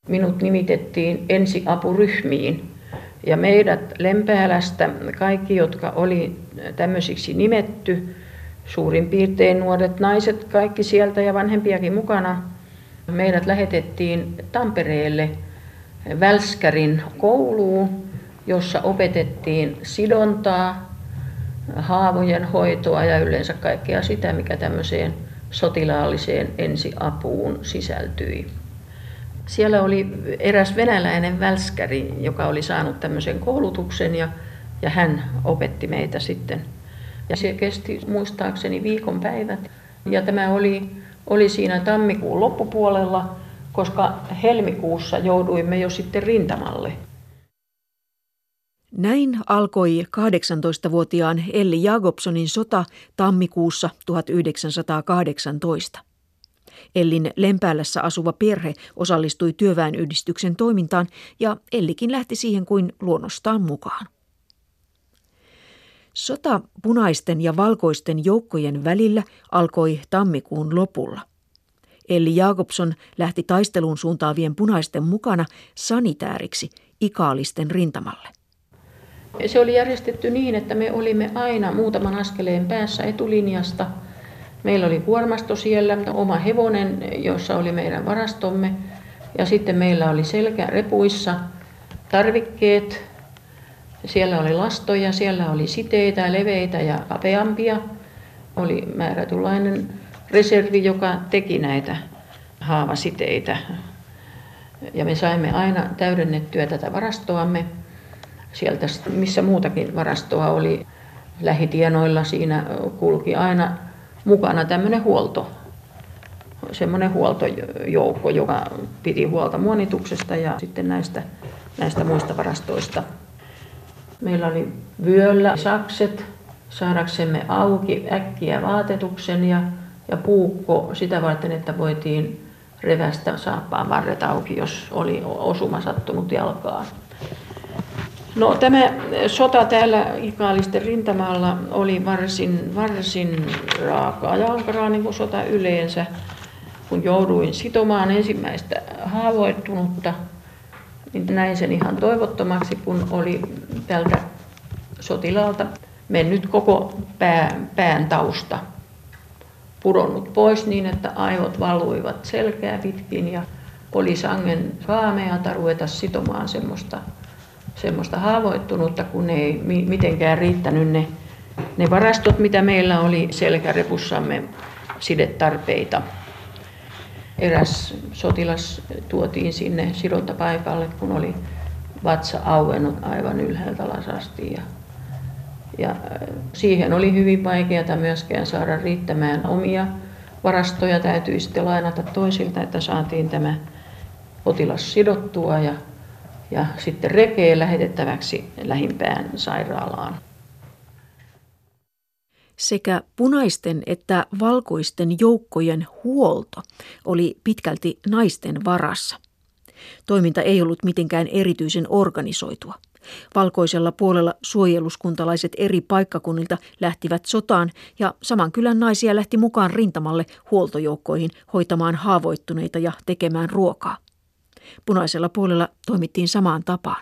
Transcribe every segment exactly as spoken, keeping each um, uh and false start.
Minut nimitettiin ensiapuryhmiin ja meidät Lempäälästä, kaikki jotka oli tämmöisiksi nimetty, suurin piirtein nuoret naiset, kaikki sieltä ja vanhempiakin mukana, meidät lähetettiin Tampereelle Välskärin kouluun, jossa opetettiin sidontaa, haavojen hoitoa ja yleensä kaikkea sitä, mikä tämmöiseen sotilaalliseen ensiapuun sisältyi. Siellä oli eräs venäläinen välskäri, joka oli saanut tämmöisen koulutuksen ja, ja hän opetti meitä sitten. Ja se kesti muistaakseni viikon päivät ja tämä oli, oli siinä tammikuun loppupuolella, koska helmikuussa jouduimme jo sitten rintamalle. Näin alkoi kahdeksantoistavuotiaan Elli Jacobsonin sota tammikuussa tuhatyhdeksänsataakahdeksantoista. Ellin Lempäälässä asuva perhe osallistui työväenyhdistyksen toimintaan ja Ellikin lähti siihen kuin luonnostaan mukaan. Sota punaisten ja valkoisten joukkojen välillä alkoi tammikuun lopulla. Elli Jacobson lähti taisteluun suuntaavien punaisten mukana sanitääriksi Ikaalisten rintamalle. Se oli järjestetty niin, että me olimme aina muutaman askeleen päässä etulinjasta. Meillä oli kuormasto siellä, oma hevonen, jossa oli meidän varastomme. Ja sitten meillä oli selkärepuissa tarvikkeet. Siellä oli lastoja, siellä oli siteitä, leveitä ja kapeampia. Oli määrätynlainen reservi, joka teki näitä haavasiteitä. Ja me saimme aina täydennettyä tätä varastoamme. Sieltä, missä muutakin varastoa oli lähitienoilla, siinä kulki aina mukana tämmöinen huolto, semmoinen huoltojoukko, joka piti huolta muonituksesta ja sitten näistä, näistä muista varastoista. Meillä oli vyöllä sakset saadaksemme auki äkkiä vaatetuksen ja, ja puukko sitä varten, että voitiin revästä saappaan varret auki, jos oli osuma sattunut jalkaan. No, tämä sota täällä Ikaalisten rintamalla oli varsin, varsin raakaa ja ankaraa, niin kuin sota yleensä, kun jouduin sitomaan ensimmäistä haavoittunutta. Niin näin sen ihan toivottomaksi, kun oli tältä sotilaalta mennyt koko pää, pään tausta pudonnut pois niin, että aivot valuivat selkää pitkin ja oli sangen kaameata ruveta sitomaan semmoista semmoista haavoittunutta, kun ei mitenkään riittänyt ne, ne varastot, mitä meillä oli selkärepussamme, sidetarpeita. Eräs sotilas tuotiin sinne sidontapaikalle, kun oli vatsa auennut aivan ylhäältä alas asti. Ja, ja siihen oli hyvin vaikeaa myöskään saada riittämään omia varastoja. Täytyi sitten lainata toisilta, että saatiin tämä potilas sidottua ja ja sitten rekeen lähetettäväksi lähimpään sairaalaan. Sekä punaisten että valkoisten joukkojen huolto oli pitkälti naisten varassa. Toiminta ei ollut mitenkään erityisen organisoitua. Valkoisella puolella suojeluskuntalaiset eri paikkakunnilta lähtivät sotaan ja saman kylän naisia lähti mukaan rintamalle huoltojoukkoihin hoitamaan haavoittuneita ja tekemään ruokaa. Punaisella puolella toimittiin samaan tapaan.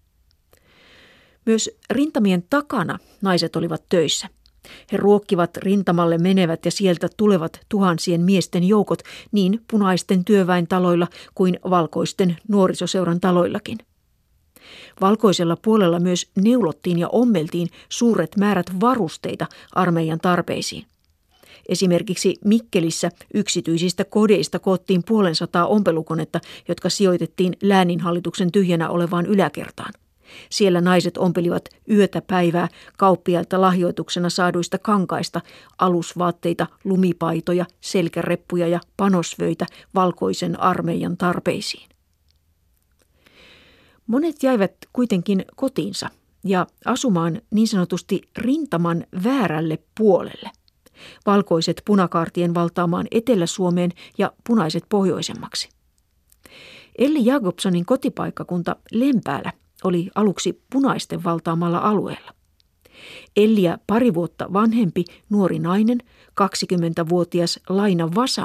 Myös rintamien takana naiset olivat töissä. He ruokkivat rintamalle menevät ja sieltä tulevat tuhansien miesten joukot niin punaisten työväentaloilla kuin valkoisten nuorisoseuran taloillakin. Valkoisella puolella myös neulottiin ja ommeltiin suuret määrät varusteita armeijan tarpeisiin. Esimerkiksi Mikkelissä yksityisistä kodeista koottiin puolen sataa ompelukonetta, jotka sijoitettiin lääninhallituksen tyhjänä olevaan yläkertaan. Siellä naiset ompelivat yötä päivää kauppiailta lahjoituksena saaduista kankaista, alusvaatteita, lumipaitoja, selkäreppuja ja panosvöitä valkoisen armeijan tarpeisiin. Monet jäivät kuitenkin kotiinsa ja asumaan niin sanotusti rintaman väärälle puolelle. Valkoiset punakaartien valtaamaan Etelä-Suomeen ja punaiset pohjoisemmaksi. Elli Jacobsonin kotipaikkakunta Lempäälä oli aluksi punaisten valtaamalla alueella. Elliä pari vuotta vanhempi nuori nainen, kaksikymmentävuotias Laina Vasama,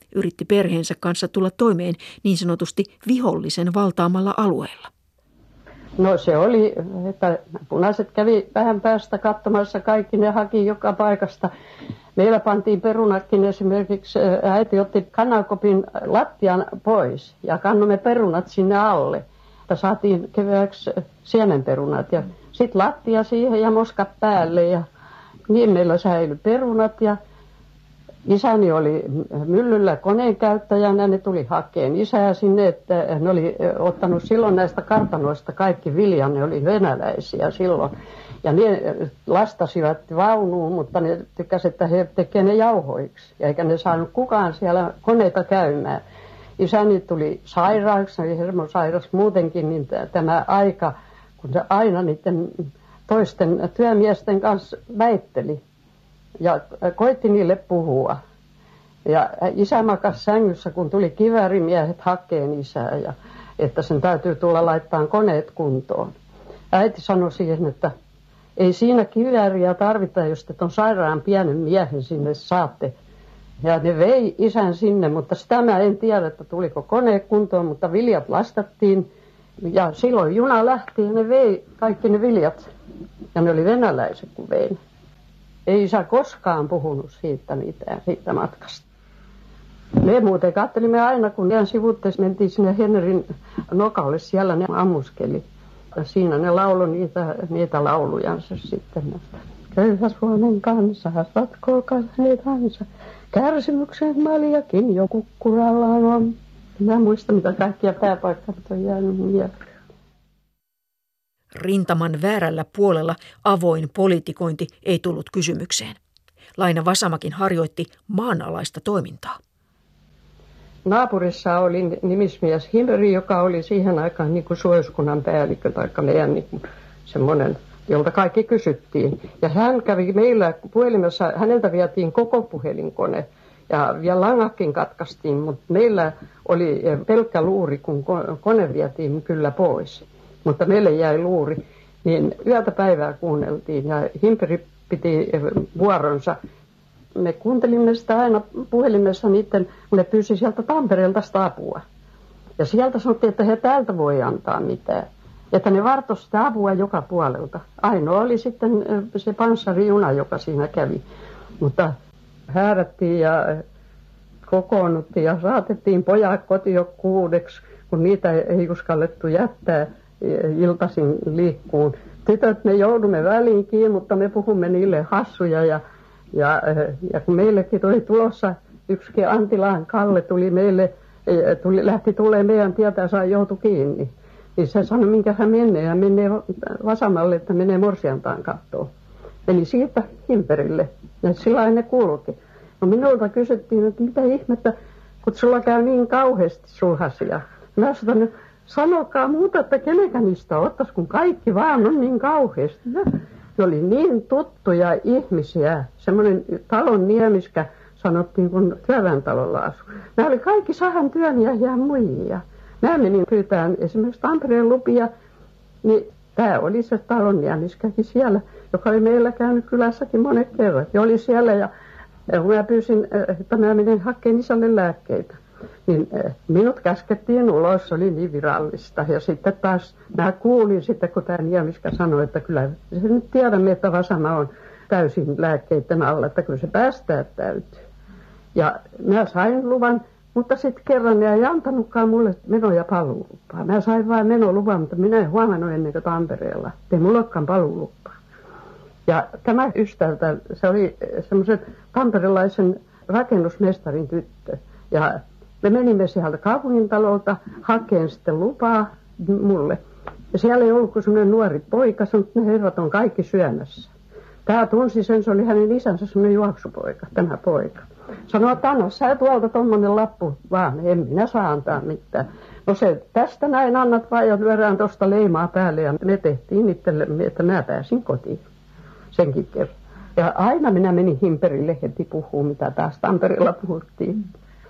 yritti perheensä kanssa tulla toimeen niin sanotusti vihollisen valtaamalla alueella. No se oli, että punaiset kävi vähän päästä katsomassa, kaikki ne haki joka paikasta. Meillä pantiin perunatkin esimerkiksi, äiti otti kanakopin lattian pois ja kannoimme perunat sinne alle. Että saatiin kevääksi siemenperunat ja sitten lattia siihen ja moskat päälle ja niin meillä säilyi perunat ja isäni oli myllyllä koneenkäyttäjänä, ne tuli hakeen isää sinne, että ne oli ottanut silloin näistä kartanoista kaikki viljan, ne oli venäläisiä silloin. Ja ne lastasivat vaunuun, mutta ne tykkäsivät, että he tekevät ne jauhoiksi, eikä ne saanut kukaan siellä koneita käymään. Isäni tuli sairaaksi, oli hermosairas muutenkin, niin tämä aika, kun se aina niiden toisten työmiesten kanssa väitteli ja koitti niille puhua. Ja isä makasi sängyssä, kun tuli kiväärimiehet hakeen isää, ja että sen täytyy tulla laittaa koneet kuntoon. Äiti sanoi siihen, että ei siinä kivääriä tarvita, jos te ton sairaan pienen miehen sinne saatte. Ja ne vei isän sinne, mutta sitä mä en tiedä, että tuliko kone kuntoon, mutta viljat lastattiin. Ja silloin juna lähti ja ne vei kaikki ne viljat. Ja ne oli venäläiset, kun vein. Ei isä koskaan puhunut siitä mitään, siitä matkasta. Me muuten katselimme aina, kun jään sivutteessa mentiin sinne Henrin nokalle, siellä ne ammuskeli. Ja siinä ne lauloi niitä, niitä laulujansa sitten. Köyhä Suomen kansa, ratkoo kansa, kärsimyksen maljakin jo kukkurallaan on. Mä muistan, mitä kaikkia pääpaikkaa on jäänyt mieleen. Rintaman väärällä puolella avoin politikointi ei tullut kysymykseen. Laina Vasamakin harjoitti maanalaista toimintaa. Naapurissa oli nimismies Himmeri, joka oli siihen aikaan niin kuin suojeluskunnan päällikkö, tai meidän niin kuin semmoinen, jolta kaikki kysyttiin. Ja hän kävi meillä puhelimessa, häneltä vietiin koko puhelinkone ja vielä langakin katkaistiin, mutta meillä oli pelkkä luuri, kun kone vietiin kyllä pois. Mutta meille jäi luuri, niin yöltä päivää kuunneltiin ja Himperi piti vuoronsa. Me kuuntelimme sitä aina puhelimessa niiden, kun ne pyysi sieltä Tampereelta sitä apua. Ja sieltä sanottiin, että he täältä voi antaa mitään. Että ne vartoi sitä apua joka puolelta. Ainoa oli sitten se panssarijuna, joka siinä kävi. Mutta häärättiin ja kokoonnuttiin ja saatettiin pojat kotiin jo kuudeksi, kun niitä ei uskallettu jättää iltaisin liikkuun. Tytöt me joudumme väliin kiinni, mutta me puhumme niille hassuja ja Ja, ja kun meillekin tuli tulossa, yksikin Antilaan Kalle tuli meille, tuli, lähti tulee meidän tietä ja sai joutui kiinni. Niin se sanoi, minkä hän menee ja menee vasemmalle, että menee Morsiantaan kattoon. Eli siitä Himperille. Ja sillä ne kulki. No minulta kysyttiin, että mitä ihmettä, kun sulla käy niin kauheasti sulhasia. Mä sanoin, sanokaa muuta, että kenekä niistä ottaisi, kun kaikki vaan on niin kauheasti. Ne oli niin tuttuja ihmisiä, semmoinen talon niemiskä sanottiin, kun työväentalolla asui. Nämä oli kaikki sahan työmiehiä ja muijia. Mä menin pyytämään esimerkiksi Tampereen lupia, niin tämä oli se talon niemiskäkin siellä, joka oli meillä käynyt kylässäkin monet kerrat. Ja oli siellä ja kun mä pyysin, että mä menin hakemaan isälle lääkkeitä, niin minut käskettiin ulos, se oli niin virallista. Ja sitten taas mä kuulin sitten, kun tämä niemiskä sanoi, että kyllä se nyt tiedämme, että Vasama on täysin lääkkeiden alla, että kyllä se päästää täytyy. Ja mä sain luvan, mutta sitten kerran ne ei antanutkaan mulle meno- ja paluulupaa. Mä sain vain menoluvan, mutta minä en huomannut ennen kuin Tampereella. Ei mulla olekaan paluulupaa. Ja tämä ystävältä, se oli semmoisen tamperelaisen rakennusmestarin tyttö. Ja me menimme sieltä kaupungintalolta hakeen sitten lupaa mulle. Ja siellä ei ollut kuin semmoinen nuori poika, sanoi, että ne herrat on kaikki syömässä. Tämä tunsi sen, se oli hänen isänsä semmoinen juoksupoika, tämä poika. Sanoi, että anna sä tuolta tommonen lappu vaan, en minä saa antaa mitään. No se, tästä näin annat vaan ja lyödään tuosta leimaa päälle ja me tehtiin itsellemme, että mä pääsin kotiin senkin kerran. Ja aina minä menin Himperille heti puhuu, mitä taas Tampereella puhuttiin.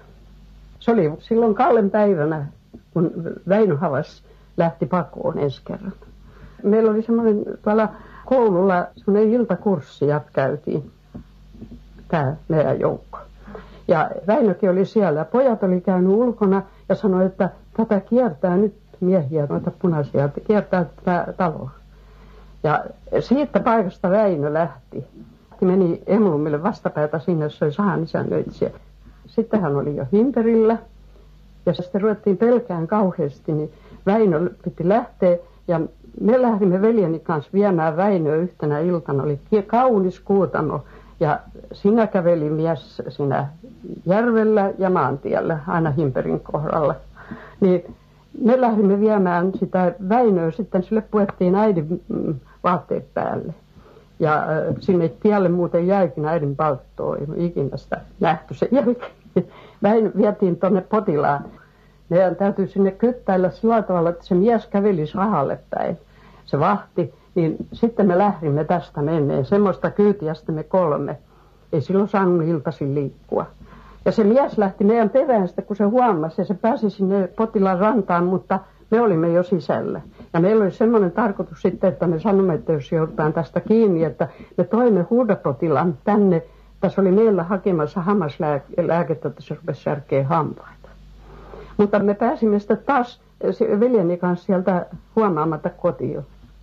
Se oli silloin Kallen päivänä, kun Väinö Havas lähti pakoon ensi kerran. Meillä oli semmoinen tuolla koululla semmoinen iltakurssi, ja käytiin tämä meidän joukko. Ja Väinökin oli siellä. Pojat oli käynyt ulkona ja sanoi, että tätä kiertää nyt miehiä, noita punaisia, kiertää tätä taloa. Ja siitä paikasta Väinö lähti. Meni Emlumille vastapäätä sinne, jos se oli sahan isännöitsijä. Sitten hän oli jo Himperillä. Ja sitten ruvettiin pelkään kauheasti, niin Väinö piti lähteä. Ja me lähdimme veljeni kanssa viemään Väinöä yhtenä iltana. Oli kaunis kuutamo. Ja siinä käveli mies siinä järvellä ja maantiellä, aina Himperin kohdalla. Niin me lähdimme viemään sitä Väinöä, sitten sille puettiin äidin vaatteet päälle. Ja äh, sinne tielle muuten jäikin äidin palttoon, ei ikinä sitä nähty sen jälkeen. Väinö vietiin tuonne potilaan. Meidän täytyy sinne kyttäillä sillä tavalla, että se mies käveli rahalle päin, se vahti. Niin sitten me lähdimme tästä menneen, semmoista kyytiä sitten me kolme. Ei silloin saanut iltaisin liikkua. Ja se mies lähti meidän perään sitten, kun se huomasi, ja se pääsi sinne potilaan rantaan, mutta me olimme jo sisällä. Ja meillä oli semmoinen tarkoitus sitten, että me sanomme, että jos joudutaan tästä kiinni, että me toimme huudapotilaan tänne. Tässä oli meillä hakemassa hammaslääkettä, että se rupesi särkeä hampaita. Mutta me pääsimme sitten taas veljeni kanssa sieltä huomaamatta kotiin.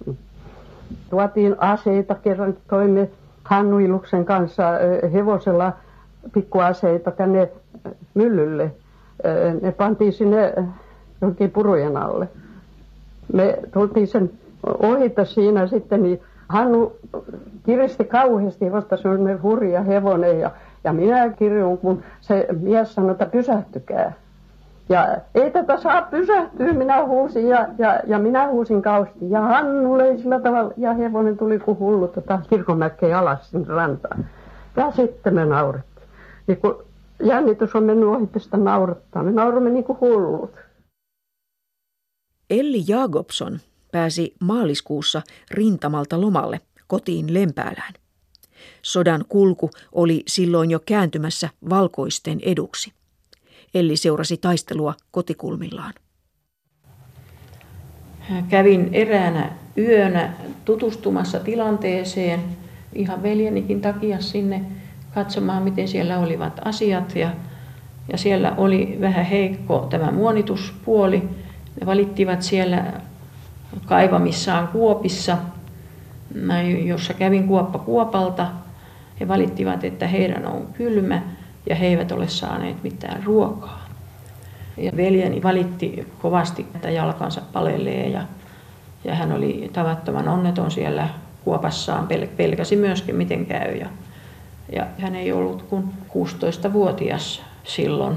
Tuotiin aseita, kerran toimme Hannu Iluksen kanssa hevosella pikkuaseita tänne myllylle. Ne pantiin sinne johonkin purujen alle. Me tultiin sen ohita siinä sitten, niin Hannu kiristi kauheasti hevosta, se oli hurja hevonen ja, ja minä kirjoin, kun se mies sanoi, että pysähtykää. Ja ei tätä saa pysähtyä, minä huusin ja, ja, ja minä huusin kauheasti. Ja Hannu löi sillä tavalla ja hevonen tuli kuin hullu tota kirkonmäkeen alas sinne rantaan. Ja sitten me naurettiin. Niin kun jännitys on mennyt ohi, sitä naurattaa. Me nauramme niin kuin hullut. Elli Jacobson pääsi maaliskuussa rintamalta lomalle kotiin Lempäälään. Sodan kulku oli silloin jo kääntymässä valkoisten eduksi. Elli seurasi taistelua kotikulmillaan. Kävin eräänä yönä tutustumassa tilanteeseen ihan veljenikin takia sinne katsomaan, miten siellä olivat asiat. Ja, ja siellä oli vähän heikko tämä muonituspuoli. Ne valittivat siellä kaivamissaan kuopissa, jossa kävin kuoppa kuopalta. He valittivat, että heidän on kylmä ja he eivät ole saaneet mitään ruokaa. Ja veljeni valitti kovasti, että jalkansa palelee ja, ja hän oli tavattoman onneton siellä kuopassaan, pel- pelkäsi myöskin miten käy. Ja, ja hän ei ollut kuin kuusitoistavuotias silloin.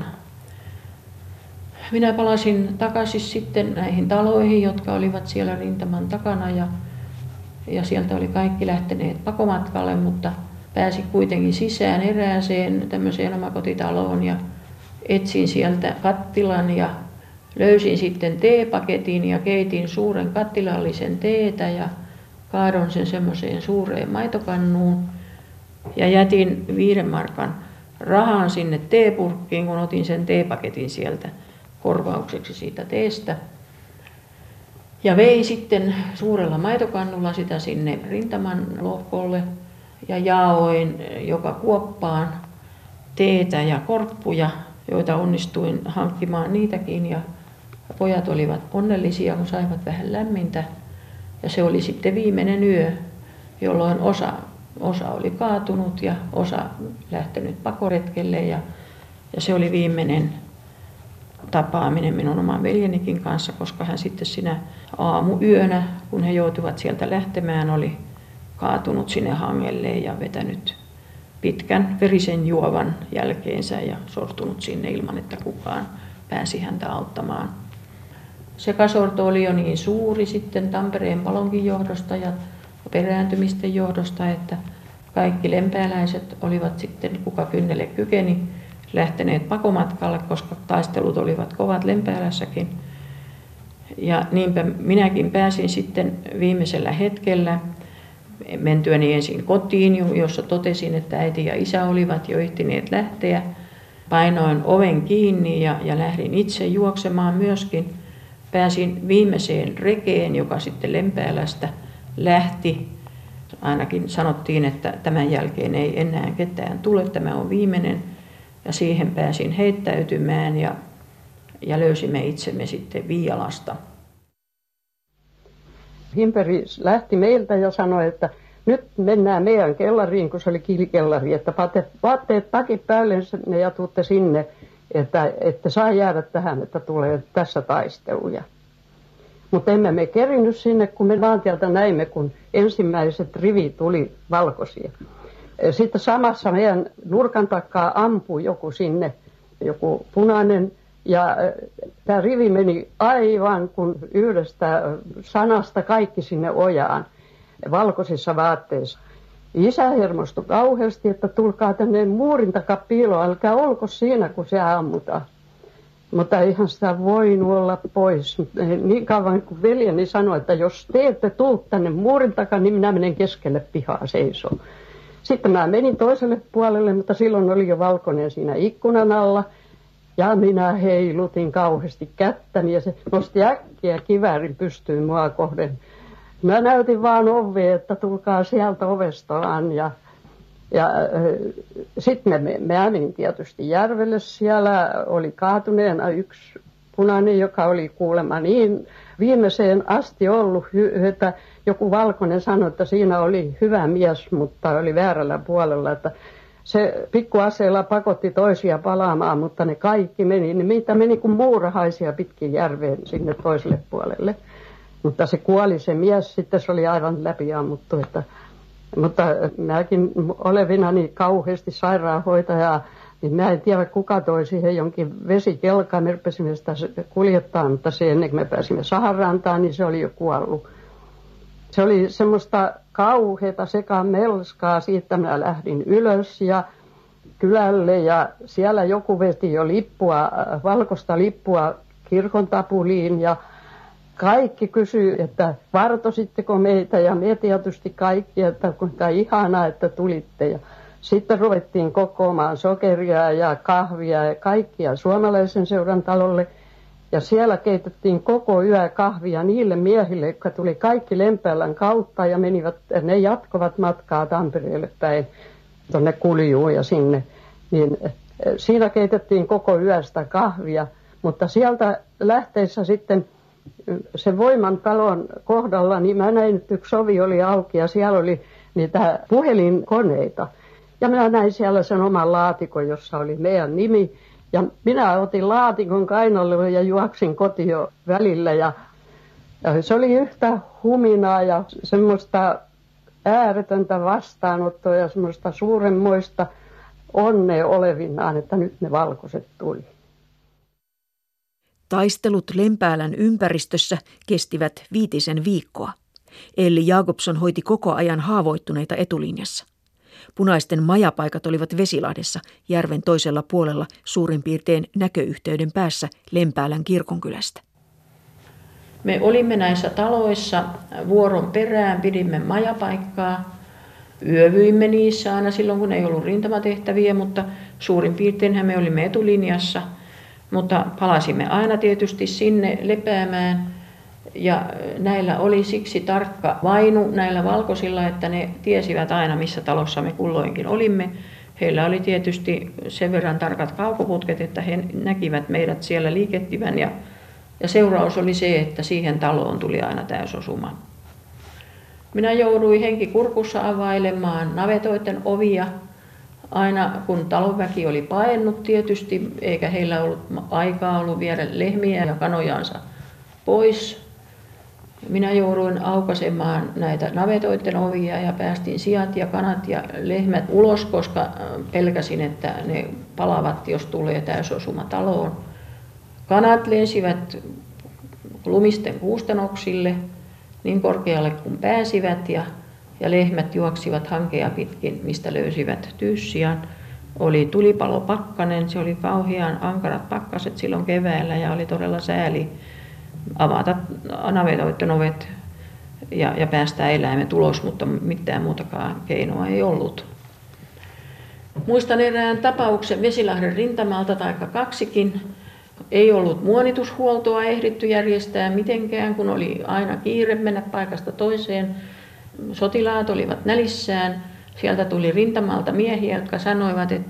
Minä palasin takaisin sitten näihin taloihin, jotka olivat siellä rintaman takana ja, ja sieltä oli kaikki lähteneet pakomatkalle, mutta pääsin kuitenkin sisään erääseen tämmöiseen omakotitaloon ja etsin sieltä kattilan ja löysin sitten teepaketin ja keitin suuren kattilallisen teetä ja kaadon sen semmoiseen suureen maitokannuun ja jätin viiden markan rahan sinne teepurkkiin, kun otin sen teepaketin sieltä korvaukseksi siitä teestä. Ja vein sitten suurella maitokannulla sitä sinne rintaman lohkolle ja jaoin joka kuoppaan teetä ja korppuja, joita onnistuin hankkimaan niitäkin. Ja pojat olivat onnellisia, kun saivat vähän lämmintä. Ja se oli sitten viimeinen yö, jolloin osa, osa oli kaatunut ja osa lähtenyt pakoretkelle. Ja, ja se oli viimeinen tapaaminen minun oman veljenikin kanssa, koska hän sitten siinä aamuyönä, kun he joutuivat sieltä lähtemään, oli kaatunut sinne hangelleen ja vetänyt pitkän verisen juovan jälkeensä ja sortunut sinne ilman, että kukaan pääsi häntä auttamaan. Sekasorto oli jo niin suuri sitten Tampereen palonkin johdosta ja perääntymisten johdosta, että kaikki lempääläiset olivat sitten, kuka kynnelle kykeni, lähteneet pakomatkalle, koska taistelut olivat kovat Lempäälässäkin. Ja niinpä minäkin pääsin sitten viimeisellä hetkellä mentyäni ensin kotiin, jossa totesin, että äiti ja isä olivat jo ehtineet lähteä. Painoin oven kiinni ja, ja lähdin itse juoksemaan myöskin. Pääsin viimeiseen rekeen, joka sitten Lempäälästä lähti. Ainakin sanottiin, että tämän jälkeen ei enää ketään tule, tämä on viimeinen. Ja siihen pääsin heittäytymään ja, ja löysimme itsemme sitten Viialasta. Himperi lähti meiltä ja sanoi, että nyt mennään meidän kellariin, kun se oli kilikellari, että paatte vaatteet takit päälle ja tuutte sinne, että, että saa jäädä tähän, että tulee tässä taisteluja. Mutta emme me kerinnyt sinne, kun me maantieltä näimme, kun ensimmäiset rivit tuli valkoisia. Sitten samassa meidän nurkan takaa ampui joku sinne, joku punainen, ja tämä rivi meni aivan kuin yhdestä sanasta kaikki sinne ojaan, valkoisissa vaatteissa. Isä hermostui kauheasti, että tulkaa tänne muurin takaa piiloon, älkää olko siinä, kun se ammutaan. Mutta eihän sitä voinut olla pois. Niin kauan kuin veljeni sanoi, että jos te ette tule tänne muurin takaa, niin minä menen keskelle pihaa seisoo. Sitten mä menin toiselle puolelle, mutta silloin oli jo valkoinen siinä ikkunan alla. Ja minä heilutin kauheasti kättäni ja se nosti äkkiä kiväärin pystyyn mua kohden. Mä näytin vaan oveen, että tulkaa sieltä ovestaan. Ja, ja äh, sitten me, me menin tietysti järvelle. Siellä oli kaatuneena yksi punainen, joka oli kuulemma niin viimeiseen asti ollut, että joku valkoinen sanoi, että siinä oli hyvä mies, mutta oli väärällä puolella, että se pikkuaseella pakotti toisia palaamaan, mutta ne kaikki meni, ne mitä meni kuin muurahaisia pitkin järveen sinne toiselle puolelle. Mutta se kuoli se mies, sitten se oli aivan läpiammuttu, että, mutta minäkin olevina niin kauheasti sairaanhoitajaa, niin mä en tiedä kuka toi siihen jonkin vesikelkaan, me rupesimme sitä kuljettaa, mutta se ennen kuin me pääsimme Saharantaan, niin se oli jo kuollut. Se oli semmoista kauheata sekamelskaa, siitä minä lähdin ylös ja kylälle ja siellä joku veti jo lippua, valkoista lippua kirkon tapuliin ja kaikki kysyi, että vartositteko meitä ja me tietysti kaikki, että kuinka ihanaa, että tulitte. Ja sitten ruvettiin kokoamaan sokeria ja kahvia ja kaikkia suomalaisen seuran talolle. Ja siellä keitettiin koko yö kahvia niille miehille, jotka tuli kaikki Lempäälän kautta ja menivät, ne jatkovat matkaa Tampereelle päin, tuonne Kuljuun ja sinne. Niin siinä keitettiin koko yöstä kahvia, mutta sieltä lähteessä sitten se Voiman talon kohdalla, niin mä näin, että yksi ovi oli auki ja siellä oli niitä puhelinkoneita. Ja minä näin siellä sen oman laatikon, jossa oli meidän nimi. Ja minä otin laatikon kainalle ja juoksin kotiin jo välillä. Ja, ja se oli yhtä huminaa ja semmoista ääretöntä vastaanottoa ja semmoista suuremmoista onnea olevinaan, että nyt ne valkoiset tuli. Taistelut Lempäälän ympäristössä kestivät viitisen viikkoa. Elli Jakobson hoiti koko ajan haavoittuneita etulinjassa. Punaisten majapaikat olivat Vesilahdessa, järven toisella puolella suurin piirtein näköyhteyden päässä Lempäälän kirkonkylästä. Me olimme näissä taloissa vuoron perään, pidimme majapaikkaa. Yövyimme niissä aina silloin, kun ei ollut rintamatehtäviä, mutta suurin piirteinhän me olimme etulinjassa. Mutta palasimme aina tietysti sinne lepäämään ja näillä oli siksi tarkka vainu näillä valkoisilla, että ne tiesivät aina missä talossa me kulloinkin olimme. Heillä oli tietysti sen verran tarkat kaukoputket, että he näkivät meidät siellä liikettivän ja, ja seuraus oli se, että siihen taloon tuli aina täysosuma. Minä jouduin henki kurkussa availemaan navetoiden ovia. Aina kun talonväki oli paennut tietysti, eikä heillä ollut aikaa ollut viedä lehmiä ja kanojansa pois. Minä jouduin aukaisemaan näitä navetoiden ovia ja päästin siat ja kanat ja lehmät ulos, koska pelkäsin, että ne palavat, jos tulee täysosuma taloon. Kanat lensivät lumisten kuustenoksille niin korkealle kuin pääsivät ja Ja lehmät juoksivat hankea pitkin, mistä löysivät tyyssian. Oli tulipalopakkanen, se oli kauhean ankarat pakkaset silloin keväällä ja oli todella sääli avata navetoiden ovet ja, ja päästää eläimet ulos, mutta mitään muutakaan keinoa ei ollut. Muistan erään tapauksen Vesilahden rintamalta, taikka kaksikin. Ei ollut muonitushuoltoa ehditty järjestää mitenkään, kun oli aina kiire mennä paikasta toiseen. Sotilaat olivat nälissään. Sieltä tuli rintamalta miehiä, jotka sanoivat, että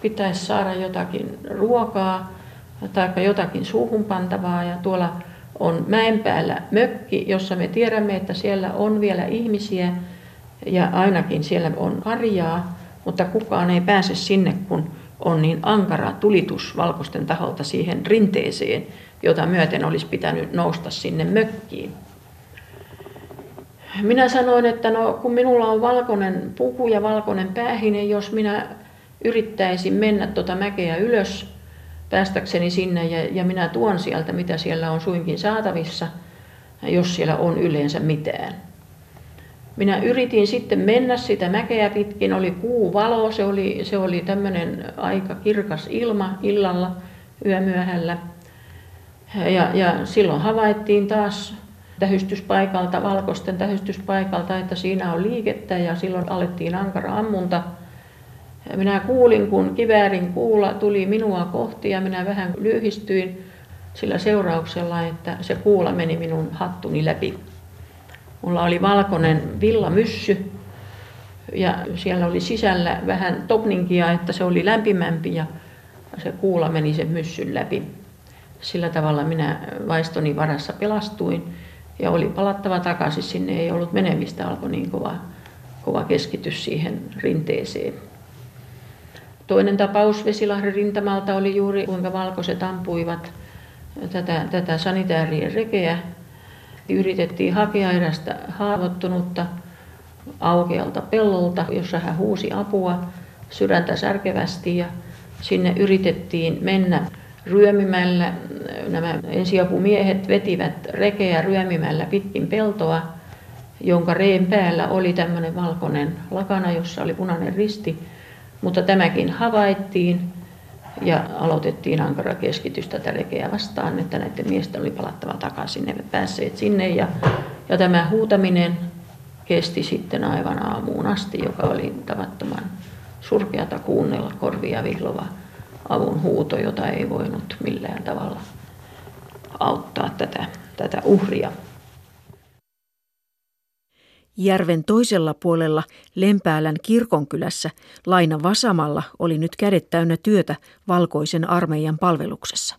pitäisi saada jotakin ruokaa tai jotakin suuhun pantavaa. Ja tuolla on mäen päällä mökki, jossa me tiedämme, että siellä on vielä ihmisiä ja ainakin siellä on karjaa, mutta kukaan ei pääse sinne, kun on niin ankara tulitus valkoisten taholta siihen rinteeseen, jota myöten olisi pitänyt nousta sinne mökkiin. Minä sanoin, että no, kun minulla on valkoinen puku ja valkoinen päähine, jos minä yrittäisin mennä tuota mäkeä ylös päästäkseni sinne ja, ja minä tuon sieltä, mitä siellä on suinkin saatavissa, jos siellä on yleensä mitään. Minä yritin sitten mennä sitä mäkeä pitkin, oli kuuvalo, se oli, se oli tämmöinen aika kirkas ilma illalla yömyöhällä. Ja, ja silloin havaittiin taas tähystyspaikalta, valkoisten tähystyspaikalta, että siinä on liikettä ja silloin alettiin ankara ammunta. Minä kuulin, kun kiväärin kuula tuli minua kohti ja minä vähän lyhistyin sillä seurauksella, että se kuula meni minun hattuni läpi. Mulla oli valkoinen villamyssy ja siellä oli sisällä vähän topninkia, että se oli lämpimämpi ja se kuula meni sen myssyn läpi. Sillä tavalla minä vaistoni varassa pelastuin ja oli palattava takaisin, sinne ei ollut menemistä, alkoi niin kova, kova keskitys siihen rinteeseen. Toinen tapaus Vesilahden rintamalta oli juuri kuinka valkoiset ampuivat tätä, tätä sanitaarien rekeä. Yritettiin hakea erästä haavoittunutta aukealta pellolta, jossa hän huusi apua sydäntä särkevästi ja sinne yritettiin mennä ryömimällä. Nämä ensiapumiehet vetivät rekeä ryömimällä pitkin peltoa, jonka reen päällä oli tämmöinen valkoinen lakana, jossa oli punainen risti, mutta tämäkin havaittiin ja aloitettiin ankara keskitys tätä rekeä vastaan, että näiden miesten oli palattava takaisin, ne eivät päässeet sinne ja, ja tämä huutaminen kesti sitten aivan aamuun asti, joka oli tavattoman surkeata kuunnella, korvia vihlova avun huuto, jota ei voinut millään tavalla auttaa tätä, tätä uhria. Järven toisella puolella Lempäälän kirkonkylässä Laina Vasamalla oli nyt kädet täynnä työtä valkoisen armeijan palveluksessa.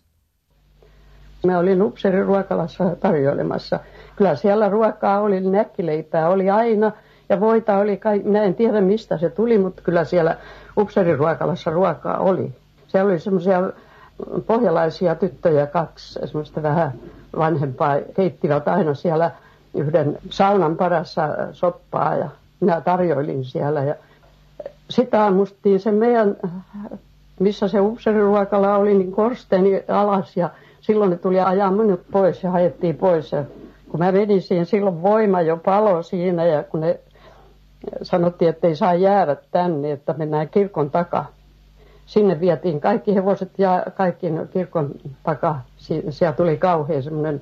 Mä olin upseeriruokalassa tarjoilemassa. Kyllä siellä ruokaa oli, näkkileipää oli aina ja voita oli, minä en tiedä mistä se tuli, mutta kyllä siellä upseeriruokalassa ruokaa oli. Siellä oli semmoisia pohjalaisia tyttöjä, kaksi semmoista vähän vanhempaa, keittivät aina siellä yhden saunan parassa soppaa ja minä tarjoilin siellä. Ja sitä ammuttiin se meidän, missä se upseeriruokala oli, niin korsteeni alas ja silloin ne tuli ajaa minut pois ja haettiin pois. Ja kun mä vedin siihen, silloin voima jo palo siinä ja kun ne sanottiin, että ei saa jäädä tänne, että mennään kirkon takaa. Sinne vietiin kaikki hevoset ja kaikki kirkon takaa. Siellä tuli kauhean semmoinen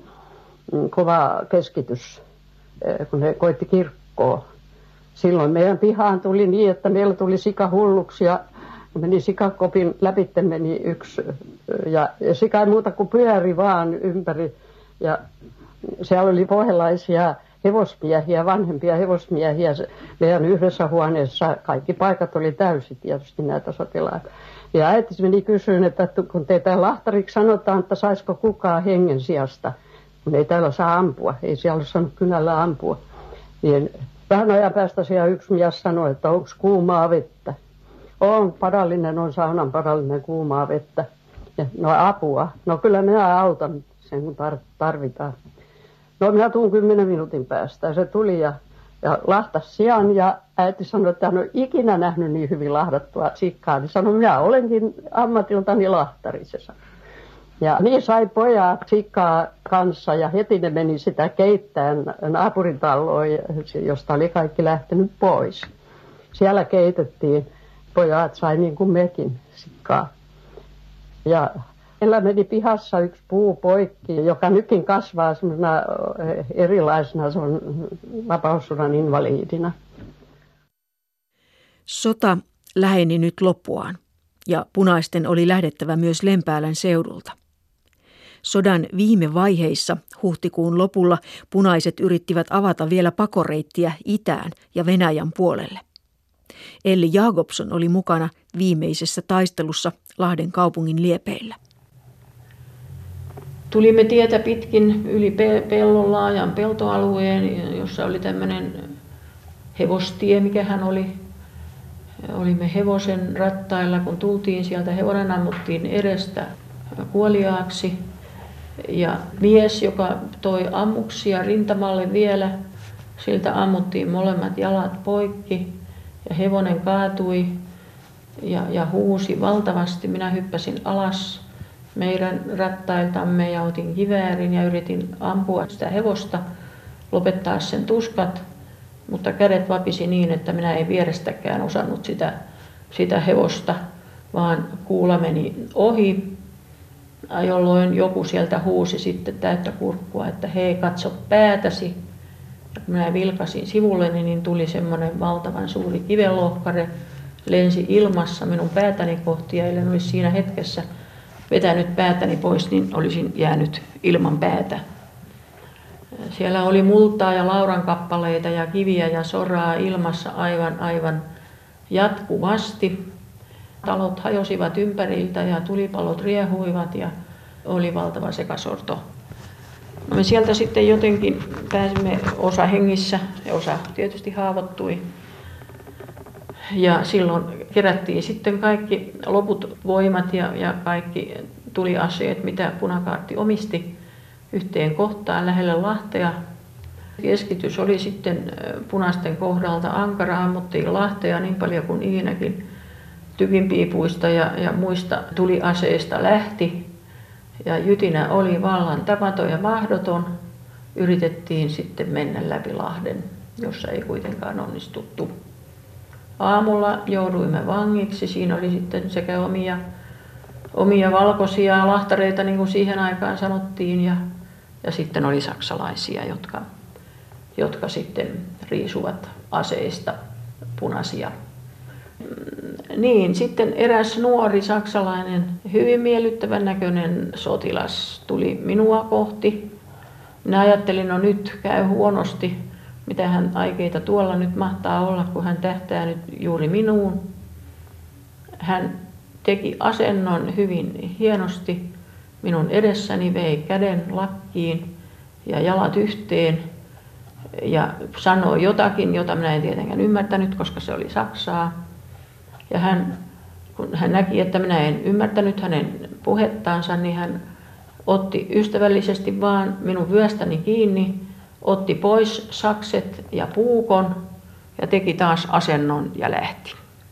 kova keskitys, kun he koitti kirkkoa. Silloin meidän pihaan tuli niin, että meillä tuli sikahulluksi ja meni sikakopin läpitte meni yksi ja, ja sika ei muuta kuin pyöri vaan ympäri. Ja siellä oli pohjalaisia hevosmiehiä, vanhempia hevosmiehiä. Meidän yhdessä huoneessa kaikki paikat oli täysi tietysti näitä sotilaita. Ja äiti meni kysyyn, että kun teitä lahtariksi sanotaan, että saisiko kukaan hengen sijasta, kun ei täällä saa ampua, ei siellä ole saanut kynällä ampua. Niin vähän ajan päästä siellä yksi mies sanoi, että onko kuumaa vettä. On padallinen, on saunan padallinen kuumaa vettä. Ja, no apua. No kyllä minä autan sen, kun tarvitaan. No minä tuun kymmenen minuutin päästä. Ja se tuli ja, ja lahtasi sian ja äiti sanoi, että hän on ikinä nähnyt niin hyvin lahdattua sikkaa. Niin sanoi, minä olenkin ammatiltani lahtari, se sanoi. Ja niin sai pojat sikkaa kanssa ja heti ne meni sitä keittämään naapurintalloon, josta oli kaikki lähtenyt pois. Siellä keitettiin, pojat sai niin kuin mekin sikkaa. Ja meillä meni pihassa yksi puu poikki, joka nytkin kasvaa semmoisena erilaisena, se on vapaussodan invaliidina. Sota läheni nyt loppuaan ja punaisten oli lähdettävä myös Lempäälän seudulta. Sodan viime vaiheissa huhtikuun lopulla punaiset yrittivät avata vielä pakoreittiä itään ja Venäjän puolelle. Elli Jacobson oli mukana viimeisessä taistelussa Lahden kaupungin liepeillä. Tulimme tietä pitkin yli pellon laajan peltoalueen, jossa oli tämmöinen hevostie, mikä hän oli. Olimme hevosen rattailla, kun tultiin sieltä, hevonen ammuttiin edestä kuoliaaksi. Ja mies, joka toi ammuksia rintamalle vielä, siltä ammuttiin molemmat jalat poikki ja hevonen kaatui ja, ja huusi valtavasti. Minä hyppäsin alas meidän rattailtamme ja otin kiväärin ja yritin ampua sitä hevosta, lopettaa sen tuskat, mutta kädet vapisi niin, että minä en vierestäkään osannut sitä, sitä hevosta, vaan kuula meni ohi, jolloin joku sieltä huusi sitten täyttä kurkkua, että hei, katso päätäsi. Ja kun minä vilkasin sivulleni, niin tuli semmoinen valtavan suuri kivenlohkare, lensi ilmassa minun päätäni kohti, ja ellen olisi siinä hetkessä vetänyt päätäni pois, niin olisin jäänyt ilman päätä. Siellä oli multaa ja lauran kappaleita ja kiviä ja soraa ilmassa aivan, aivan jatkuvasti. Talot hajosivat ympäriltä ja tulipalot riehuivat ja oli valtava sekasorto. No me sieltä sitten jotenkin pääsimme, osa hengissä ja osa tietysti haavoittui. Ja silloin kerättiin sitten kaikki loput voimat ja, ja kaikki tuliaseet, mitä punakaarti omisti, yhteen kohtaan lähelle Lahtea. Keskitys oli sitten punaisten kohdalta ankara, ammuttiin Lahtea niin paljon kuin ikinäkin tykinpiipuista ja, ja muista tuliaseista lähti. Ja jytinä oli vallan tapaton ja mahdoton. Yritettiin sitten mennä läpi Lahden, jossa ei kuitenkaan onnistuttu. Aamulla jouduimme vangiksi. Siinä oli sitten sekä omia, omia valkoisia lahtareita, niin kuin siihen aikaan sanottiin, ja, ja sitten oli saksalaisia, jotka, jotka sitten riisuvat aseista punaisia. Niin, sitten eräs nuori saksalainen, hyvin miellyttävän näköinen sotilas tuli minua kohti. Minä ajattelin, no nyt käy huonosti, mitä hän aikeita tuolla nyt mahtaa olla, kun hän tähtää nyt juuri minuun. Hän teki asennon hyvin hienosti minun edessäni, vei käden lakkiin ja jalat yhteen ja sanoi jotakin, jota minä en tietenkään ymmärtänyt, koska se oli saksaa. Ja hän, kun hän näki, että minä en ymmärtänyt hänen puhettaansa, niin hän otti ystävällisesti vaan minun vyöstäni kiinni, otti pois sakset ja puukon ja teki taas asennon ja lähti.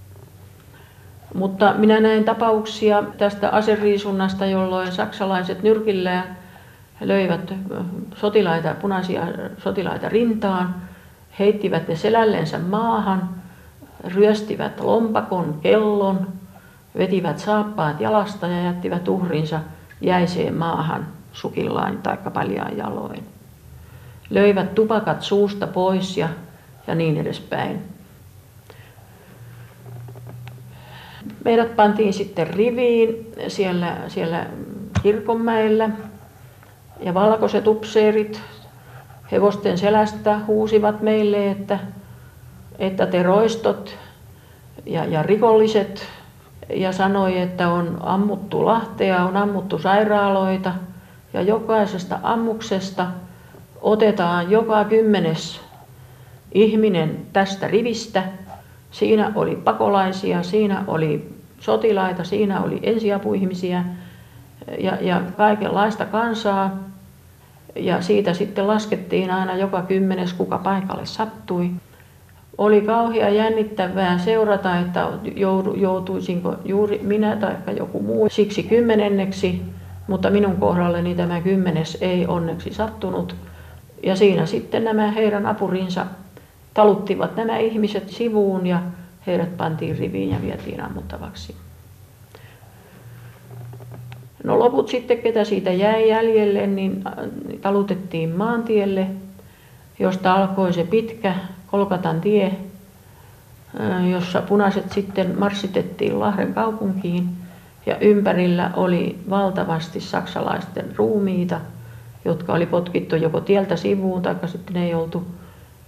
Mutta minä näin tapauksia tästä aseriisunnasta, jolloin saksalaiset nyrkillään löivät sotilaita, punaisia sotilaita rintaan, heittivät ne selällensä maahan, ryöstivät lompakon, kellon, vetivät saappaat jalasta ja jättivät uhrinsa jäiseen maahan sukillaan tai paljain jaloin. Löivät tupakat suusta pois ja, ja niin edespäin. Meidät pantiin sitten riviin siellä, siellä Kirkonmäellä ja valkoiset upseerit hevosten selästä huusivat meille, että että te roistot ja, ja rikolliset, ja sanoi, että on ammuttu Lahtea, on ammuttu sairaaloita ja jokaisesta ammuksesta otetaan joka kymmenes ihminen tästä rivistä. Siinä oli pakolaisia, siinä oli sotilaita, siinä oli ensiapuihmisiä ja, ja kaikenlaista kansaa. Ja siitä sitten laskettiin aina joka kymmenes, kuka paikalle sattui. Oli kauhean jännittävää seurata, että joutuisinko juuri minä tai joku muu siksi kymmenenneksi, mutta minun kohdalleni tämä kymmenes ei onneksi sattunut. Ja siinä sitten nämä heidän apurinsa taluttivat nämä ihmiset sivuun ja heidät pantiin riviin ja vietiin ammuttavaksi. No loput sitten, ketä siitä jäi jäljelle, niin talutettiin maantielle, josta alkoi se pitkä Kolkatan tie, jossa punaiset sitten marssitettiin Lahden kaupunkiin ja ympärillä oli valtavasti saksalaisten ruumiita, jotka oli potkittu joko tieltä sivuun tai sitten ei oltu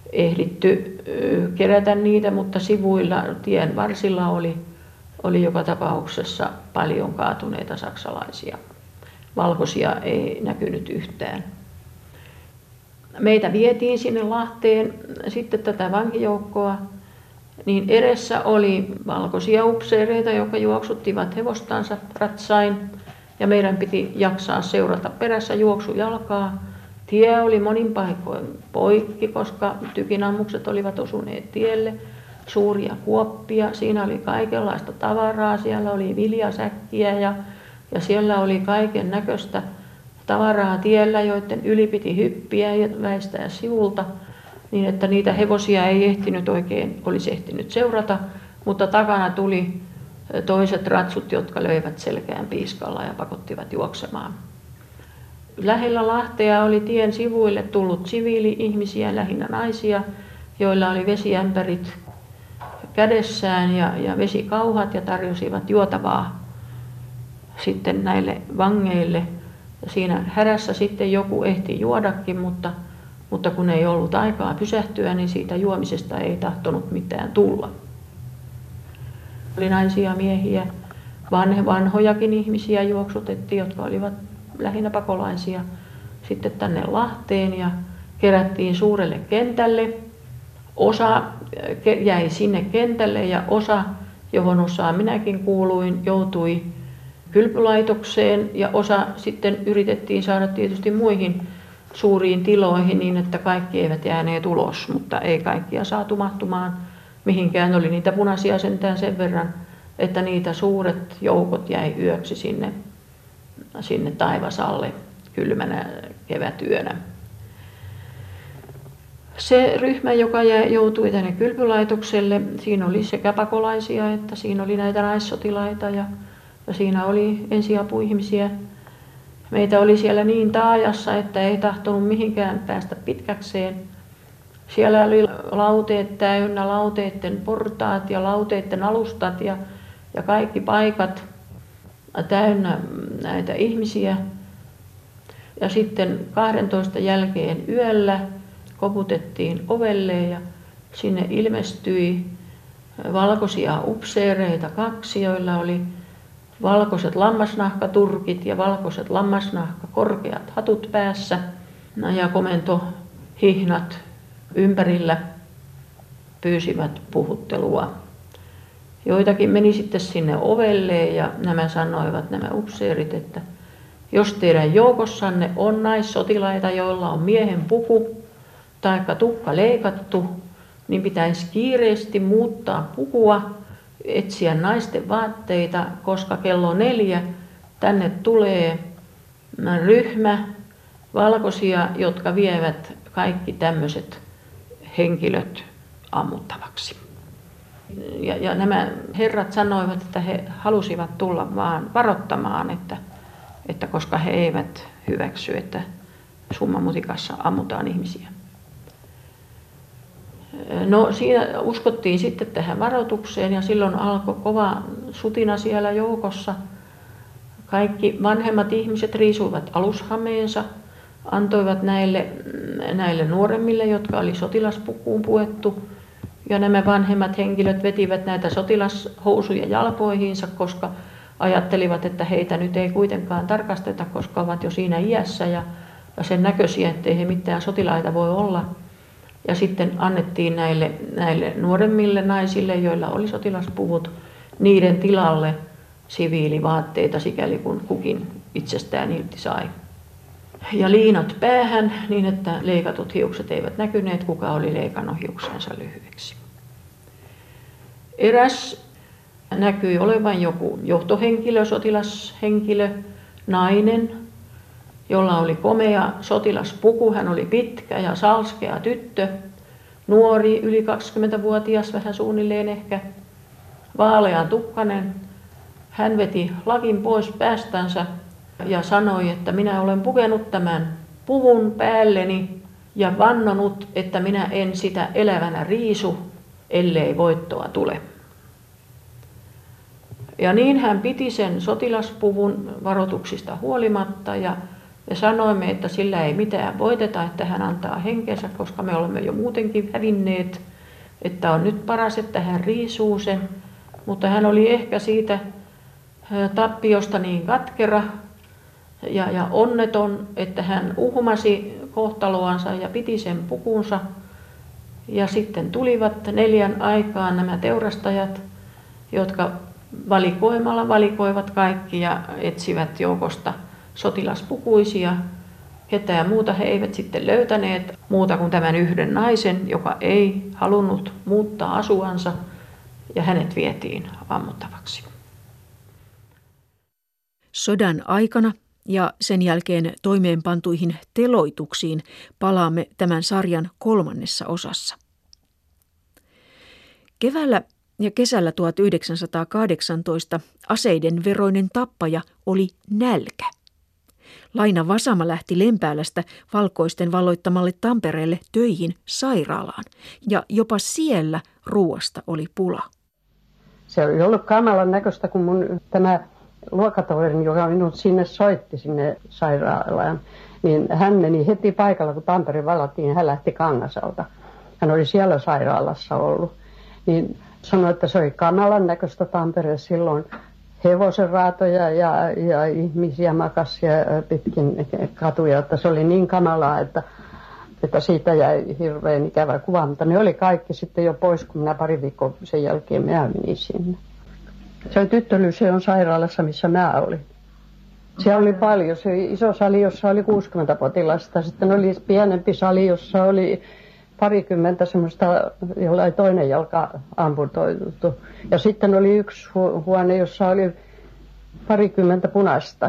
ehditty kerätä niitä, mutta sivuilla, tien varsilla oli, oli joka tapauksessa paljon kaatuneita saksalaisia. Valkoisia ei näkynyt yhtään. Meitä vietiin sinne Lahteen sitten tätä vankijoukkoa, niin edessä oli valkoisia upseereita, jotka juoksuttivat hevostansa ratsain, ja meidän piti jaksaa seurata perässä juoksujalkaa. Tie oli monin paikoin poikki, koska tykinammukset olivat osuneet tielle. Suuria kuoppia, siinä oli kaikenlaista tavaraa, siellä oli viljasäkkiä ja, ja siellä oli kaiken näköistä tavaraa tiellä, joiden yli piti hyppiä ja väistää sivulta, niin että niitä hevosia ei ehtinyt oikein, olisi ehtinyt seurata, mutta takana tuli toiset ratsut, jotka löivät selkään piiskalla ja pakottivat juoksemaan. Lähellä Lahtea oli tien sivuille tullut siviili-ihmisiä, lähinnä naisia, joilla oli vesiämpärit kädessään ja, ja vesikauhat ja tarjosivat juotavaa sitten näille vangeille. Ja siinä hädässä sitten joku ehti juodakin, mutta, mutta kun ei ollut aikaa pysähtyä, niin siitä juomisesta ei tahtonut mitään tulla. Oli naisia, miehiä, vanhe, vanhojakin ihmisiä juoksutettiin, jotka olivat lähinnä pakolaisia sitten tänne Lahteen ja kerättiin suurelle kentälle. Osa jäi sinne kentälle ja osa, johon osaan minäkin kuuluin, joutui kylpylaitokseen ja osa sitten yritettiin saada tietysti muihin suuriin tiloihin niin, että kaikki eivät jääneet ulos, mutta ei kaikkia saatu mahtumaan mihinkään. Oli niitä punaisia sentään sen verran, että niitä suuret joukot jäi yöksi sinne, sinne taivasalle kylmänä kevätyönä. Se ryhmä, joka joutui tänne kylpylaitokselle, siinä oli sekä pakolaisia että siinä oli näitä naissotilaita ja, ja siinä oli ensiapuihmisiä. Meitä oli siellä niin taajassa, että ei tahtonut mihinkään päästä pitkäkseen. Siellä oli lauteet täynnä, lauteiden portaat ja lauteiden alustat ja, ja kaikki paikat täynnä näitä ihmisiä. Ja sitten kahdentoista jälkeen yöllä koputettiin ovelle ja sinne ilmestyi valkoisia upseereita kaksi, joilla oli valkoiset lammasnahkaturkit ja valkoiset lammasnahkakorkeat hatut päässä ja komentohihnat ympärillä pyysivät puhuttelua. Joitakin meni sitten sinne ovelle ja nämä sanoivat, nämä upseerit, että jos teidän joukossanne on naissotilaita, joilla on miehen puku tai tukka leikattu, niin pitäisi kiireesti muuttaa pukua, etsiä naisten vaatteita, koska kello neljä tänne tulee ryhmä valkoisia, jotka vievät kaikki tämmöiset henkilöt ammuttavaksi. Ja, ja nämä herrat sanoivat, että he halusivat tulla vaan varoittamaan, että, että koska he eivät hyväksy, että summamutikassa ammutaan ihmisiä. No siinä uskottiin sitten tähän varoitukseen ja silloin alkoi kova sutina siellä joukossa. Kaikki vanhemmat ihmiset riisuivat alushameensa, antoivat näille, näille nuoremmille, jotka oli sotilaspukuun puettu. Ja nämä vanhemmat henkilöt vetivät näitä sotilashousuja jalkoihinsa, koska ajattelivat, että heitä nyt ei kuitenkaan tarkasteta, koska ovat jo siinä iässä ja sen näköisiä, ettei he mitään sotilaita voi olla. Ja sitten annettiin näille, näille nuoremmille naisille, joilla oli sotilaspuvut, niiden tilalle siviilivaatteita, sikäli kun kukin itsestään irti sai. Ja liinat päähän niin, että leikatut hiukset eivät näkyneet, kuka oli leikannut hiuksensa lyhyeksi. Eräs näkyi olevan joku johtohenkilö, sotilashenkilö, nainen, jolla oli komea sotilaspuku. Hän oli pitkä ja salskea tyttö, nuori, yli kaksikymmentävuotias, vähän suunnilleen ehkä, vaalea tukkanen. Hän veti lakin pois päästänsä ja sanoi, että minä olen pukenut tämän puvun päälleni ja vannonut, että minä en sitä elävänä riisu, ellei voittoa tule. Ja niin hän piti sen sotilaspuvun varoituksista huolimatta ja Ja sanoimme, että sillä ei mitään voiteta, että hän antaa henkensä, koska me olemme jo muutenkin hävinneet. Että on nyt paras, että hän riisuu sen. Mutta hän oli ehkä siitä tappiosta niin katkera ja, ja onneton, että hän uhmasi kohtaloansa ja piti sen pukunsa. Ja sitten tulivat neljän aikaan nämä teurastajat, jotka valikoimalla valikoivat kaikki ja etsivät joukosta sotilaspukuisia. Ketään muuta he eivät sitten löytäneet, muuta kuin tämän yhden naisen, joka ei halunnut muuttaa asuansa, ja hänet vietiin ammuttavaksi. Sodan aikana ja sen jälkeen toimeenpantuihin teloituksiin palaamme tämän sarjan kolmannessa osassa. Keväällä ja kesällä tuhatyhdeksänsataakahdeksantoista aseiden veroinen tappaja oli nälkä. Laina Vasama lähti Lempäälästä valkoisten valloittamalle Tampereelle töihin sairaalaan, ja jopa siellä ruuasta oli pula. Se oli ollut kamalan näköistä, kun mun tämä luokatoverini, joka minut sinne soitti sinne sairaalaan, niin hän meni heti paikalla, kun Tampere vallattiin, hän lähti Kangasalta. Hän oli siellä sairaalassa ollut. Niin sanoi, että se oli kamalan näköistä Tampere silloin. Hevosen raatoja ja, ja ihmisiä makasi pitkin katuja, että se oli niin kamalaa, että, että siitä jäi hirveän ikävä kuva. Mutta ne oli kaikki sitten jo pois, kun minä pari viikkoa sen jälkeen minä menin sinne. Se oli Tyttölyseon sairaalassa, missä minä olin. Siellä oli paljon. Se oli iso sali, jossa oli kuusikymmentä potilasta. Sitten oli pienempi sali, jossa oli parikymmentä semmoista, jolla oli toinen jalka amputoitu. Ja sitten oli yksi huone, jossa oli parikymmentä punaista.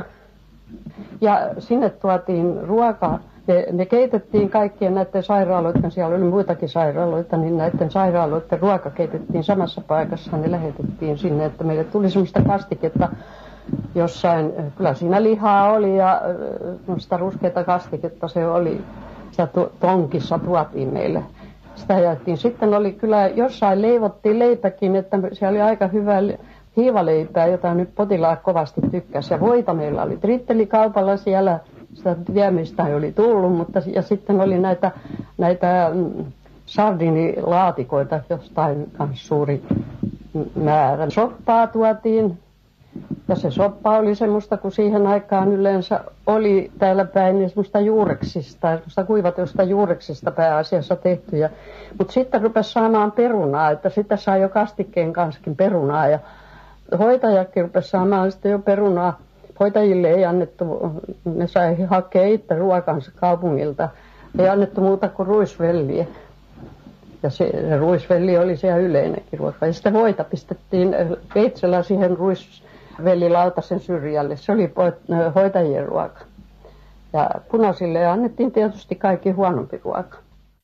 Ja sinne tuotiin ruokaa. Ne, ne keitettiin kaikkien näiden sairaaloiden, siellä oli muitakin sairaaloita, niin näiden sairaaloiden ruoka keitettiin samassa paikassa. Ne lähetettiin sinne, että meille tuli semmoista kastiketta jossain, kyllä siinä lihaa oli ja semmoista ruskeata kastiketta se oli. Sitä tonkissa tuotiin meille. Sitä jaettiin. Sitten oli kyllä, jossain leivottiin leipäkin, että siellä oli aika hyvä hiivaleipää, jota nyt potilaat kovasti tykkäsi. Ja voita meillä oli Trittelikaupalla siellä, sitä viemistä ei oli tullut, mutta ja sitten oli näitä, näitä sardinilaatikoita, jostain kanssa suuri määrä. Soppaa tuotiin. Ja se soppa oli semmoista, kun siihen aikaan yleensä oli täällä päin niin semmoista juureksista, semmoista kuivatusta juureksista pääasiassa tehtyjä. Mutta sitten rupesi saamaan perunaa, että sitä sai jo kastikkeen kanssakin perunaa. Ja hoitajakin rupesi saamaan sitten jo perunaa. Hoitajille ei annettu, ne sai hakea itse ruokansa kaupungilta. Ei annettu muuta kuin ruisvelliä. Ja se, se ruisvelli oli siellä yleinenkin ruoka. Ja sitten voita pistettiin veitsellä siihen ruisvellilautasen syrjälle. Se oli hoitajien ruoka. Ja punaisille annettiin tietysti kaikki huonompi ruoka.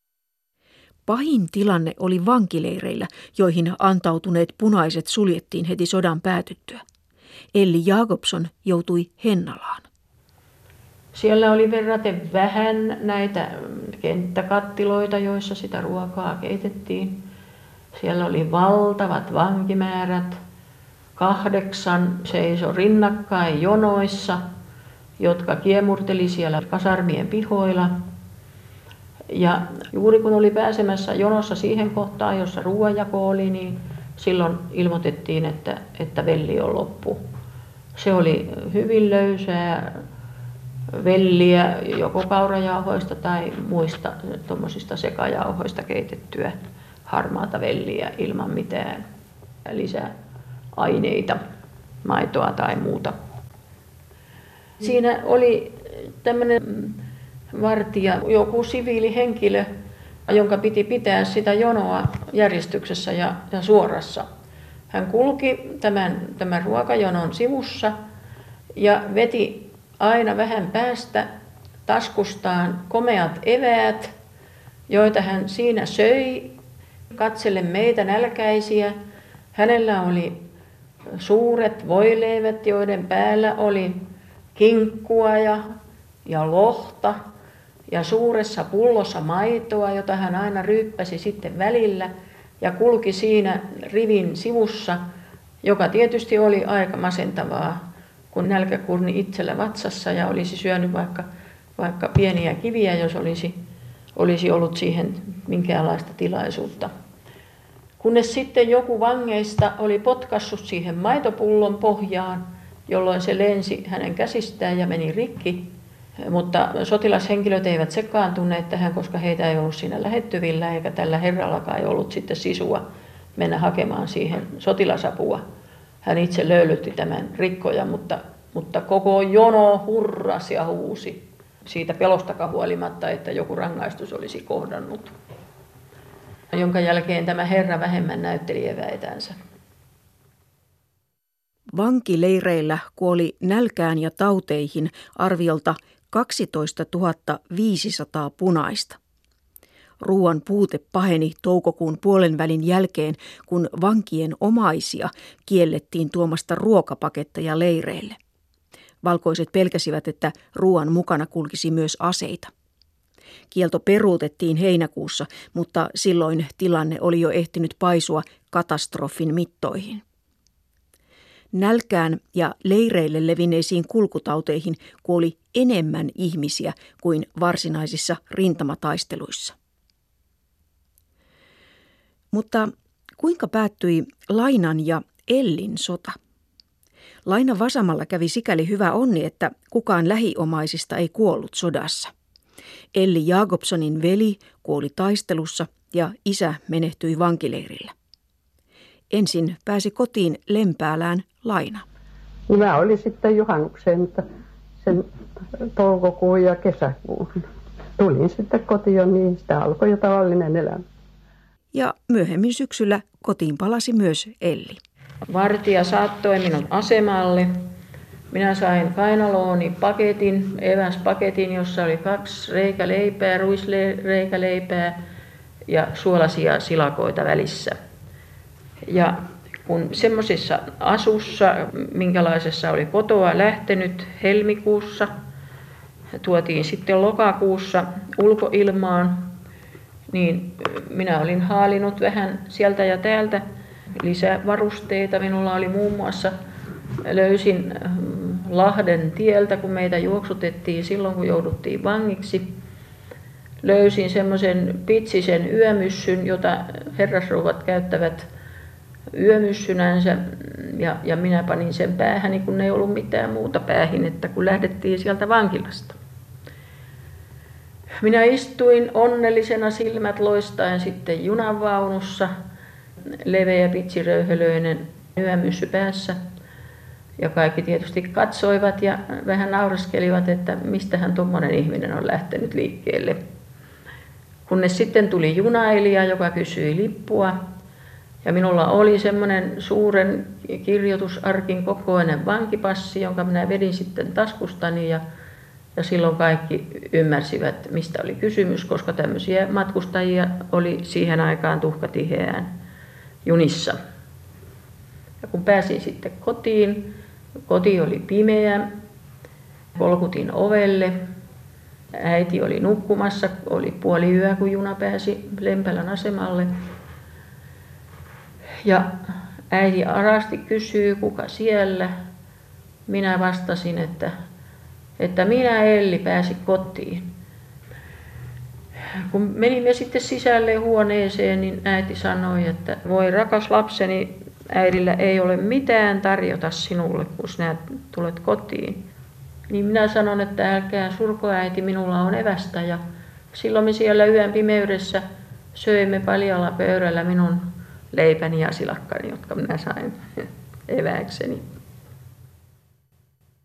Pahin tilanne oli vankileireillä, joihin antautuneet punaiset suljettiin heti sodan päätyttyä. Elli Jakobson joutui Hennalaan. Siellä oli verraten vähän näitä kenttäkattiloita, joissa sitä ruokaa keitettiin. Siellä oli valtavat vankimäärät. Kahdeksan seisoi rinnakkain jonoissa, jotka kiemurteli siellä kasarmien pihoilla. Ja juuri kun oli pääsemässä jonossa siihen kohtaan, jossa ruoanjako oli, niin silloin ilmoitettiin, että, että velli on loppu. Se oli hyvin löysää velliä, joko kaurajauhoista tai muista tuommoisista sekajauhoista keitettyä harmaata velliä ilman mitään lisäaineita, maitoa tai muuta. Siinä oli tämmöinen vartija, joku siviilihenkilö, jonka piti pitää sitä jonoa järjestyksessä ja, ja suorassa. Hän kulki tämän, tämän ruokajonon sivussa ja veti aina vähän päästä taskustaan komeat eväät, joita hän siinä söi, katsellen meitä nälkäisiä. Hänellä oli suuret voileivät, joiden päällä oli kinkkua ja, ja lohta ja suuressa pullossa maitoa, jota hän aina ryyppäsi sitten välillä ja kulki siinä rivin sivussa, joka tietysti oli aika masentavaa, kun nälkäkurni itsellä vatsassa ja olisi syönyt vaikka vaikka pieniä kiviä, jos olisi, olisi ollut siihen minkäänlaista tilaisuutta. Kunnes sitten joku vangeista oli potkassut siihen maitopullon pohjaan, jolloin se lensi hänen käsistään ja meni rikki. Mutta sotilashenkilöt eivät sekaantuneet tähän, koska heitä ei ollut siinä lähettyvillä, eikä tällä herrallakaan ei ollut sitten sisua mennä hakemaan siihen sotilasapua. Hän itse löylytti tämän rikkoja, mutta, mutta koko jono hurrasi ja huusi siitä pelostakaan huolimatta, että joku rangaistus olisi kohdannut. Jonka jälkeen tämä herra vähemmän näytteli eväitänsä. Vankileireillä kuoli nälkään ja tauteihin arviolta kaksitoistatuhatta viisisataa punaista. Ruoan puute paheni toukokuun puolenvälin jälkeen, kun vankien omaisia kiellettiin tuomasta ruokapaketteja leireille. Valkoiset pelkäsivät, että ruoan mukana kulkisi myös aseita. Kielto peruutettiin heinäkuussa, mutta silloin tilanne oli jo ehtinyt paisua katastrofin mittoihin. Nälkään ja leireille levinneisiin kulkutauteihin kuoli enemmän ihmisiä kuin varsinaisissa rintamataisteluissa. Mutta kuinka päättyi Lainan ja Ellin sota? Lainan vasamalla kävi sikäli hyvä onni, että kukaan lähiomaisista ei kuollut sodassa. Elli Jacobsonin veli kuoli taistelussa ja isä menehtyi vankileirillä. Ensin pääsi kotiin Lempäälään Laina. Mä olin sitten juhannuksen sen toukokuun ja kesäkuun. Tulin sitten kotiin, niin sitä alkoi jo tavallinen elämä. Ja myöhemmin syksyllä kotiin palasi myös Elli. Vartija saattoi minut asemalle. Minä sain kainalooni paketin, eväspaketin, jossa oli kaksi reikäleipää, ruisreikäleipää ja suolaisia silakoita välissä. Ja kun semmoisessa asussa, minkälaisessa oli kotoa lähtenyt helmikuussa, tuotiin sitten lokakuussa ulkoilmaan, niin minä olin haalinut vähän sieltä ja täältä lisävarusteita. Minulla oli muun muassa, löysin Lahden tieltä, kun meitä juoksutettiin silloin, kun jouduttiin vangiksi. Löysin semmoisen pitsisen yömyssyn, jota herrasrouvat käyttävät yömyssynänsä, ja, ja minä panin sen päähäni, kun ei ollut mitään muuta päähin, että kun lähdettiin sieltä vankilasta. Minä istuin onnellisena silmät loistaen sitten junanvaunussa, leveä pitsiröyhelöinen yömyssy päässä. Ja kaikki tietysti katsoivat ja vähän nauraskelivat, että mistähän tuommoinen ihminen on lähtenyt liikkeelle. Kunnes sitten tuli junailija, joka kysyi lippua. Ja minulla oli semmoinen suuren kirjoitusarkin kokoinen vankipassi, jonka minä vedin sitten taskustani. Ja, ja silloin kaikki ymmärsivät, mistä oli kysymys, koska tämmöisiä matkustajia oli siihen aikaan tuhkatiheään junissa. Ja kun pääsin sitten kotiin, koti oli pimeä, kolkutin ovelle. Äiti oli nukkumassa, oli puoli yö, kun juna pääsi Lempälän asemalle. Ja äiti arasti kysyy, kuka siellä. Minä vastasin, että, että minä Elli pääsi kotiin. Kun menimme sitten sisälle huoneeseen, niin äiti sanoi, että voi rakas lapseni, äidillä ei ole mitään tarjota sinulle, kun sinä tulet kotiin. Niin minä sanon, että älkää surko äiti, minulla on evästä. Ja silloin me siellä yön pimeydessä söimme paljalla pöydällä minun leipäni ja silakkani, jotka minä sain evääkseni.